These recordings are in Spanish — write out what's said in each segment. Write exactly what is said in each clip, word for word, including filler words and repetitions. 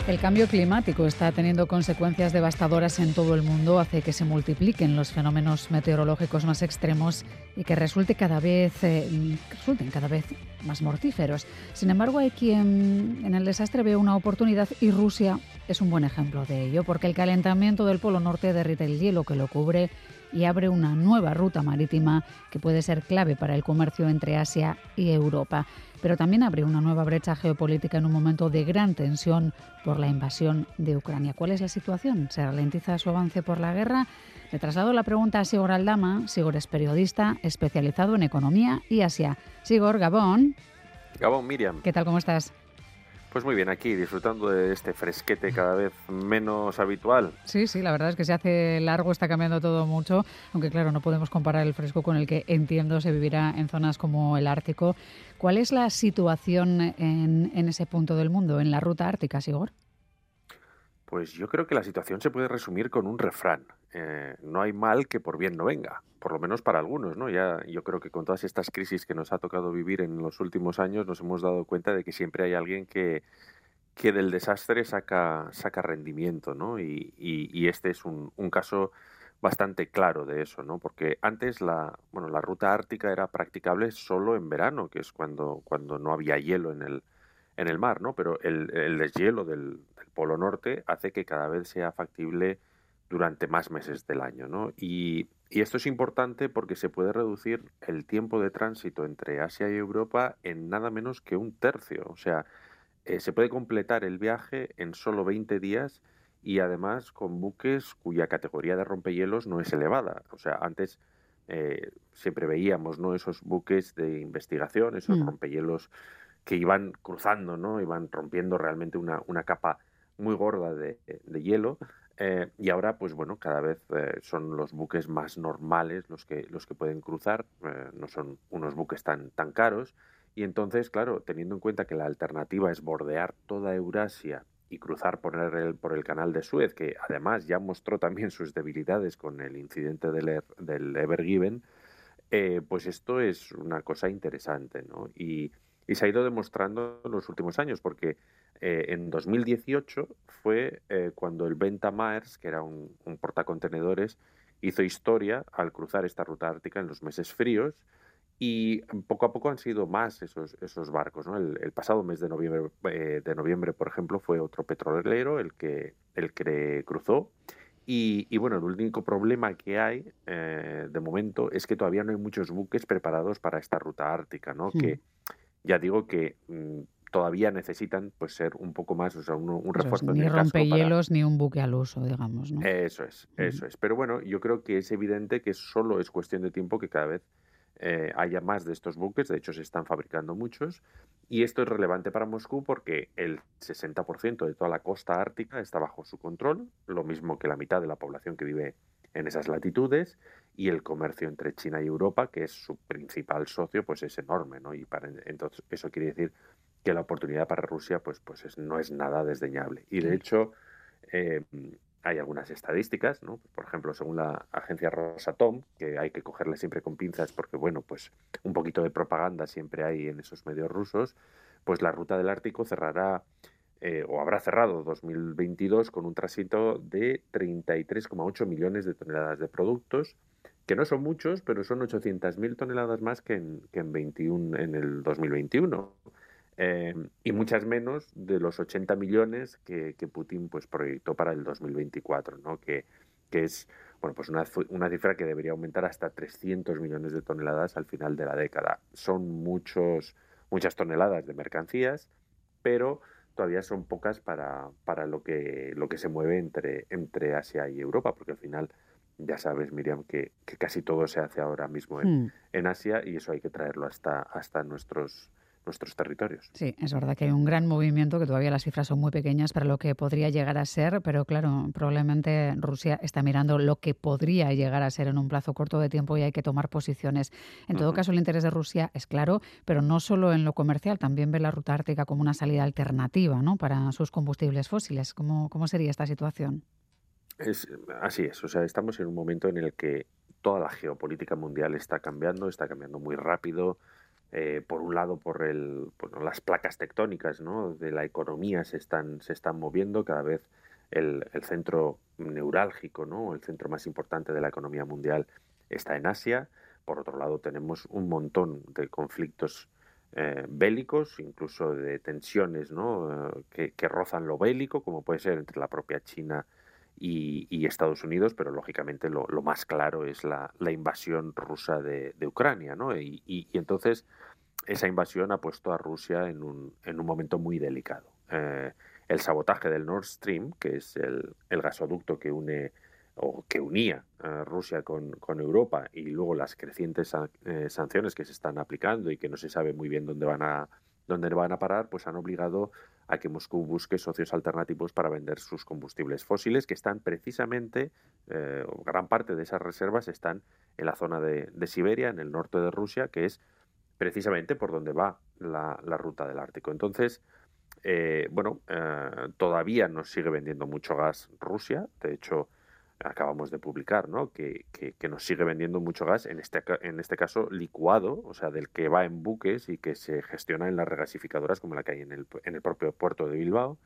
El cambio climático está teniendo consecuencias devastadoras en todo el mundo, hace que se multipliquen los fenómenos meteorológicos más extremos y que resulte cada vez, eh, resulten cada vez más mortíferos. Sin embargo, hay quien en el desastre ve una oportunidad y Rusia es un buen ejemplo de ello, porque el calentamiento del Polo Norte derrite el hielo que lo cubre y abre una nueva ruta marítima que puede ser clave para el comercio entre Asia y Europa. Pero también abre una nueva brecha geopolítica en un momento de gran tensión por la invasión de Ucrania. ¿Cuál es la situación? ¿Se ralentiza su avance por la guerra? Le traslado la pregunta a Sigor Aldama. Sigor es periodista especializado en economía y Asia. Sigor, Gabón. Gabón, Miriam. ¿Qué tal? ¿Cómo estás? Pues muy bien, aquí disfrutando de este fresquete cada vez menos habitual. Sí, sí, la verdad es que se hace largo, está cambiando todo mucho, aunque claro, no podemos comparar el fresco con el que entiendo se vivirá en zonas como el Ártico. ¿Cuál es la situación en, en ese punto del mundo, en la ruta ártica, Sigor? Pues yo creo que la situación se puede resumir con un refrán. Eh, no hay mal que por bien no venga, por lo menos para algunos, ¿no? Ya yo creo que con todas estas crisis que nos ha tocado vivir en los últimos años nos hemos dado cuenta de que siempre hay alguien que que del desastre saca, saca rendimiento, ¿no? Y, y, y este es un, un caso bastante claro de eso, ¿no? Porque antes la, bueno, la ruta ártica era practicable solo en verano, que es cuando, cuando no había hielo en el, en el mar, ¿no? Pero el, el deshielo del, del Polo Norte hace que cada vez sea factible durante más meses del año, ¿no? Y, y esto es importante porque se puede reducir el tiempo de tránsito entre Asia y Europa en nada menos que un tercio. O sea, eh, se puede completar el viaje en solo veinte días y además con buques cuya categoría de rompehielos no es elevada. O sea, antes eh, siempre veíamos, ¿no?, esos buques de investigación, esos Mm. rompehielos que iban cruzando, ¿no?, iban rompiendo realmente una, una capa muy gorda de, de hielo. Eh, y ahora, pues bueno, cada vez eh, son los buques más normales los que, los que pueden cruzar, eh, no son unos buques tan, tan caros. Y entonces, claro, teniendo en cuenta que la alternativa es bordear toda Eurasia y cruzar por el, por el canal de Suez, que además ya mostró también sus debilidades con el incidente del, Er- del Ever Given, eh, pues esto es una cosa interesante, ¿no? Y, y se ha ido demostrando en los últimos años, porque eh, en dos mil dieciocho fue eh, cuando el Venta Maers, que era un, un portacontenedores, hizo historia al cruzar esta ruta ártica en los meses fríos y poco a poco han sido más esos, esos barcos, ¿no? El, el pasado mes de noviembre, eh, de noviembre, por ejemplo, fue otro petrolero el que, el que cruzó. Y, y bueno, el único problema que hay eh, de momento es que todavía no hay muchos buques preparados para esta ruta ártica, ¿no? Mm. Que ya digo que mm, todavía necesitan pues ser un poco más, o sea, un, un Eso es, refuerzo en ni el casco para... rompehielos ni un buque al uso, digamos, ¿no? Eso es, Mm. eso es. Pero bueno, yo creo que es evidente que solo es cuestión de tiempo que cada vez eh, haya más de estos buques. De hecho, se están fabricando muchos. Y esto es relevante para Moscú porque el sesenta por ciento de toda la costa ártica está bajo su control, lo mismo que la mitad de la población que vive en esas latitudes. Y el comercio entre China y Europa, que es su principal socio, pues es enorme, ¿no? Y para, entonces eso quiere decir que la oportunidad para Rusia, pues, pues es, no es nada desdeñable. Y de Claro. hecho, eh, hay algunas estadísticas, ¿no? Por ejemplo, según la agencia Rosatom, que hay que cogerle siempre con pinzas porque, bueno, pues un poquito de propaganda siempre hay en esos medios rusos, pues la ruta del Ártico cerrará eh, o habrá cerrado dos mil veintidós con un tránsito de treinta y tres coma ocho millones de toneladas de productos, que no son muchos, pero son ochocientas mil toneladas más que en, que en, veintiuno, en el dos mil veintiuno. Eh, y muchas menos de los ochenta millones que, que Putin pues proyectó para el dos mil veinticuatro, ¿no? Que, que es bueno, pues una, una cifra que debería aumentar hasta trescientos millones de toneladas al final de la década. Son muchos, muchas toneladas de mercancías, pero todavía son pocas para, para lo, que, lo que se mueve entre, entre Asia y Europa, porque al final ya sabes, Miriam, que, que casi todo se hace ahora mismo en, Mm. en Asia y eso hay que traerlo hasta, hasta nuestros nuestros territorios. Sí, es verdad que hay un gran movimiento, que todavía las cifras son muy pequeñas para lo que podría llegar a ser, pero claro, probablemente Rusia está mirando lo que podría llegar a ser en un plazo corto de tiempo y hay que tomar posiciones. En todo Ujú. caso, el interés de Rusia es claro, pero no solo en lo comercial, también ve la ruta ártica como una salida alternativa, ¿no?, para sus combustibles fósiles. ¿Cómo, cómo sería esta situación? Es, así es, o sea, estamos en un momento en el que toda la geopolítica mundial está cambiando, está cambiando muy rápido. eh, por un lado por el, bueno, las placas tectónicas, ¿no?, de la economía se están, se están moviendo, cada vez el, el centro neurálgico, ¿no?, el centro más importante de la economía mundial está en Asia. Por otro lado tenemos un montón de conflictos eh, bélicos, incluso de tensiones, ¿no?, eh, que, que rozan lo bélico, como puede ser entre la propia China y, y Estados Unidos, pero lógicamente lo, lo más claro es la, la invasión rusa de, de Ucrania, ¿no? Y, y, y entonces esa invasión ha puesto a Rusia en un, en un momento muy delicado. Eh, el sabotaje del Nord Stream, que es el, el gasoducto que une o que unía a Rusia con, con Europa, y luego las crecientes eh, sanciones que se están aplicando y que no se sabe muy bien dónde van a dónde van a parar, pues han obligado a que Moscú busque socios alternativos para vender sus combustibles fósiles, que están precisamente, eh, gran parte de esas reservas están en la zona de, de Siberia, en el norte de Rusia, que es precisamente por donde va la, la ruta del Ártico. Entonces, eh, bueno, eh, todavía nos sigue vendiendo mucho gas Rusia. De hecho, acabamos de publicar, ¿no?, que, que, que nos sigue vendiendo mucho gas, en este, en este caso licuado, o sea, del que va en buques y que se gestiona en las regasificadoras, como la que hay en el, en el propio puerto de Bilbao.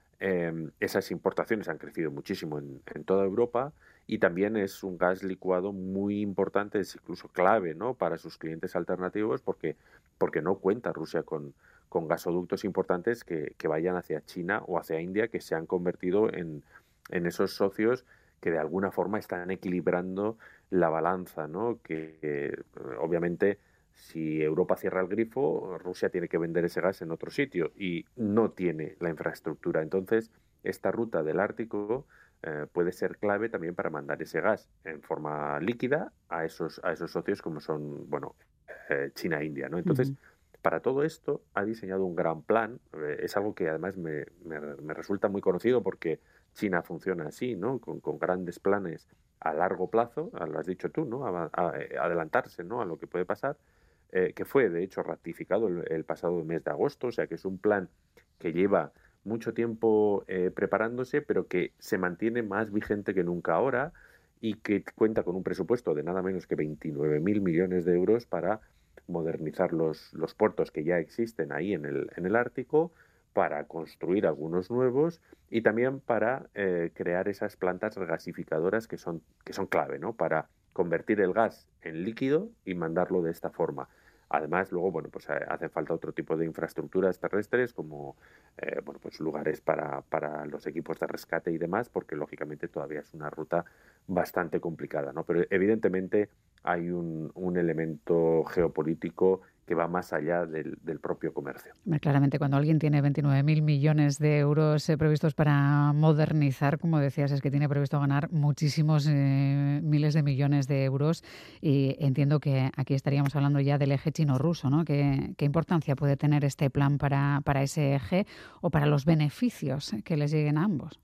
Eh, esas importaciones han crecido muchísimo en, en toda Europa, y también es un gas licuado muy importante, es incluso clave, ¿no?, para sus clientes alternativos, porque, porque no cuenta Rusia con, con gasoductos importantes que, que vayan hacia China o hacia India, que se han convertido en, en esos socios que de alguna forma están equilibrando la balanza, ¿no? Que, que obviamente si Europa cierra el grifo, Rusia tiene que vender ese gas en otro sitio y no tiene la infraestructura. Entonces, esta ruta del Ártico eh, puede ser clave también para mandar ese gas en forma líquida a esos, a esos socios como son, bueno, eh, China e India, ¿no? Entonces, Ujú. para todo esto ha diseñado un gran plan. Eh, es algo que además me, me, me resulta muy conocido porque China funciona así, ¿no?, con, con grandes planes a largo plazo, lo has dicho tú, ¿no?, a, a, a adelantarse, ¿no?, a lo que puede pasar, eh, que fue de hecho ratificado el, el pasado mes de agosto, o sea que es un plan que lleva mucho tiempo eh, preparándose, pero que se mantiene más vigente que nunca ahora, y que cuenta con un presupuesto de nada menos que veintinueve mil millones de euros para modernizar los, los puertos que ya existen ahí en el, en el Ártico, para construir algunos nuevos y también para eh, crear esas plantas regasificadoras que son, que son clave, ¿no?, para convertir el gas en líquido y mandarlo de esta forma. Además, luego, bueno, pues eh, hacen falta otro tipo de infraestructuras terrestres, como eh, bueno, pues lugares para, para los equipos de rescate y demás, porque lógicamente todavía es una ruta bastante complicada, ¿no? Pero evidentemente hay un, un elemento geopolítico que va más allá del, del propio comercio. Claramente, cuando alguien tiene veintinueve mil millones de euros eh, previstos para modernizar, como decías, es que tiene previsto ganar muchísimos eh, miles de millones de euros. Y entiendo que aquí estaríamos hablando ya del eje chino-ruso, ¿no? ¿Qué, qué importancia puede tener este plan para, para ese eje o para los beneficios que les lleguen a ambos?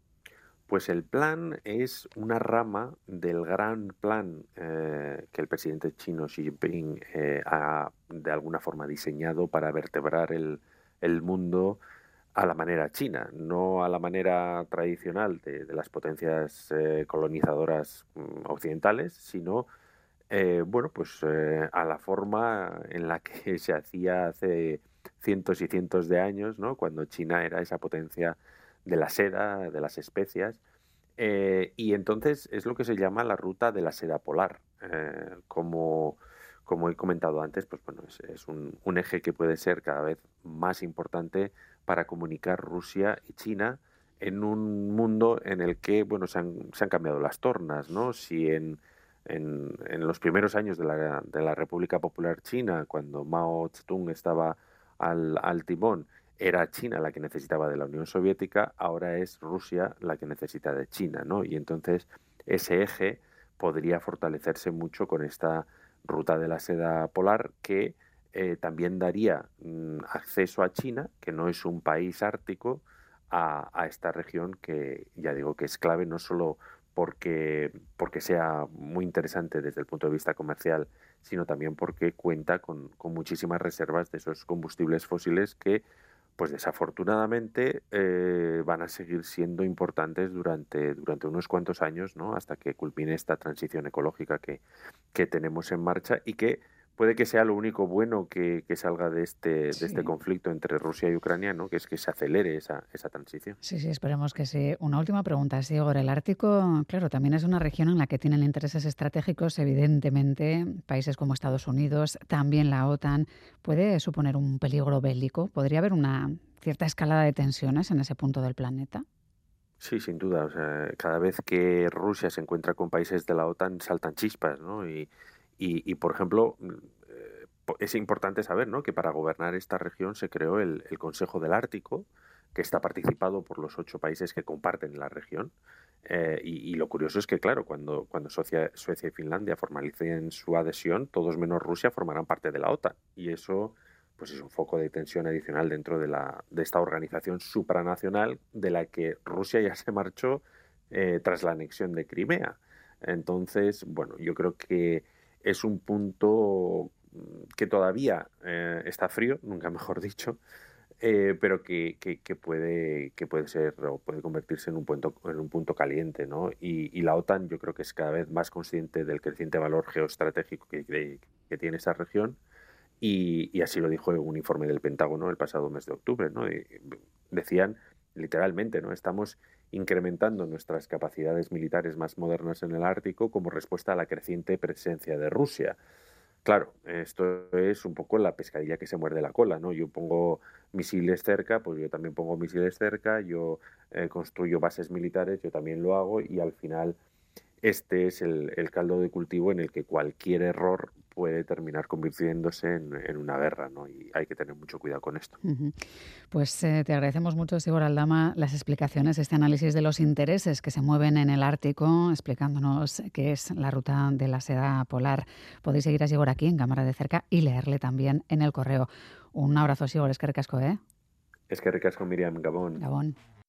Pues el plan es una rama del gran plan eh, que el presidente chino Xi Jinping eh, ha de alguna forma diseñado para vertebrar el, el mundo a la manera china, no a la manera tradicional de, de las potencias eh, colonizadoras mm, occidentales, sino eh, bueno, pues eh, a la forma en la que se hacía hace cientos y cientos de años, ¿no?, cuando China era esa potencia de la seda, de las especias. Eh, y entonces es lo que se llama la ruta de la seda polar. Eh, como, como he comentado antes, pues bueno, es, es un, un eje que puede ser cada vez más importante para comunicar Rusia y China en un mundo en el que, bueno, se han, se han cambiado las tornas, ¿no? Si en, en, en los primeros años de la, de la República Popular China, cuando Mao Zedong estaba al, al timón, era China la que necesitaba de la Unión Soviética, ahora es Rusia la que necesita de China, ¿no? Y entonces ese eje podría fortalecerse mucho con esta ruta de la seda polar, que eh, también daría mm, acceso a China, que no es un país ártico, a, a esta región que ya digo que es clave no solo porque, porque sea muy interesante desde el punto de vista comercial, sino también porque cuenta con, con muchísimas reservas de esos combustibles fósiles que, pues desafortunadamente, eh, van a seguir siendo importantes durante, durante unos cuantos años, ¿no?, hasta que culmine esta transición ecológica que, que tenemos en marcha y que puede que sea lo único bueno que, que salga de este, de este Sí. conflicto entre Rusia y Ucrania, ¿no? Que es que se acelere esa, esa transición. Sí, sí, esperemos que sí. Una última pregunta, sí, Igor. El Ártico, claro, también es una región en la que tienen intereses estratégicos, evidentemente, países como Estados Unidos, también la OTAN. ¿Puede suponer un peligro bélico? ¿Podría haber una cierta escalada de tensiones en ese punto del planeta? Sí, sin duda. O sea, cada vez que Rusia se encuentra con países de la OTAN saltan chispas, ¿no? Y, y, y, por ejemplo, mm, eh, po- es importante saber, ¿no? Que para gobernar esta región se creó el, el Consejo del Ártico, que está participado por los ocho países que comparten la región. Eh, y, y lo curioso es que, claro, cuando, cuando Suecia, Suecia y Finlandia formalicen su adhesión, todos menos Rusia formarán parte de la OTAN. Y eso pues es un foco de tensión adicional dentro de, la, de esta organización supranacional de la que Rusia ya se marchó eh, tras la anexión de Crimea. Entonces, bueno, yo creo que es un punto que todavía eh, está frío, nunca mejor dicho, eh, pero que, que, que, puede, que puede ser o puede convertirse en un punto, en un punto caliente, ¿no? Y, y la OTAN yo creo que es cada vez más consciente del creciente valor geoestratégico que, que, que tiene esa región y, y así lo dijo un informe del Pentágono el pasado mes de octubre, ¿no? Y decían literalmente, ¿no? Estamos incrementando nuestras capacidades militares más modernas en el Ártico como respuesta a la creciente presencia de Rusia. Claro, esto es un poco la pescadilla que se muerde la cola, ¿no? Yo pongo misiles cerca, pues yo también pongo misiles cerca, yo eh, construyo bases militares, yo también lo hago y al final este es el, el caldo de cultivo en el que cualquier error puede terminar convirtiéndose en, en una guerra, ¿no? Y hay que tener mucho cuidado con esto. Ujú. Pues eh, te agradecemos mucho, Sigor Aldama, las explicaciones, este análisis de los intereses que se mueven en el Ártico, explicándonos qué es la ruta de la seda polar. Podéis seguir a Sigor aquí en Cámara de Cerca y leerle también en el correo. Un abrazo, Sigor, es que recasco, ¿eh? Es que ricasco, Miriam Gabón. Gabón.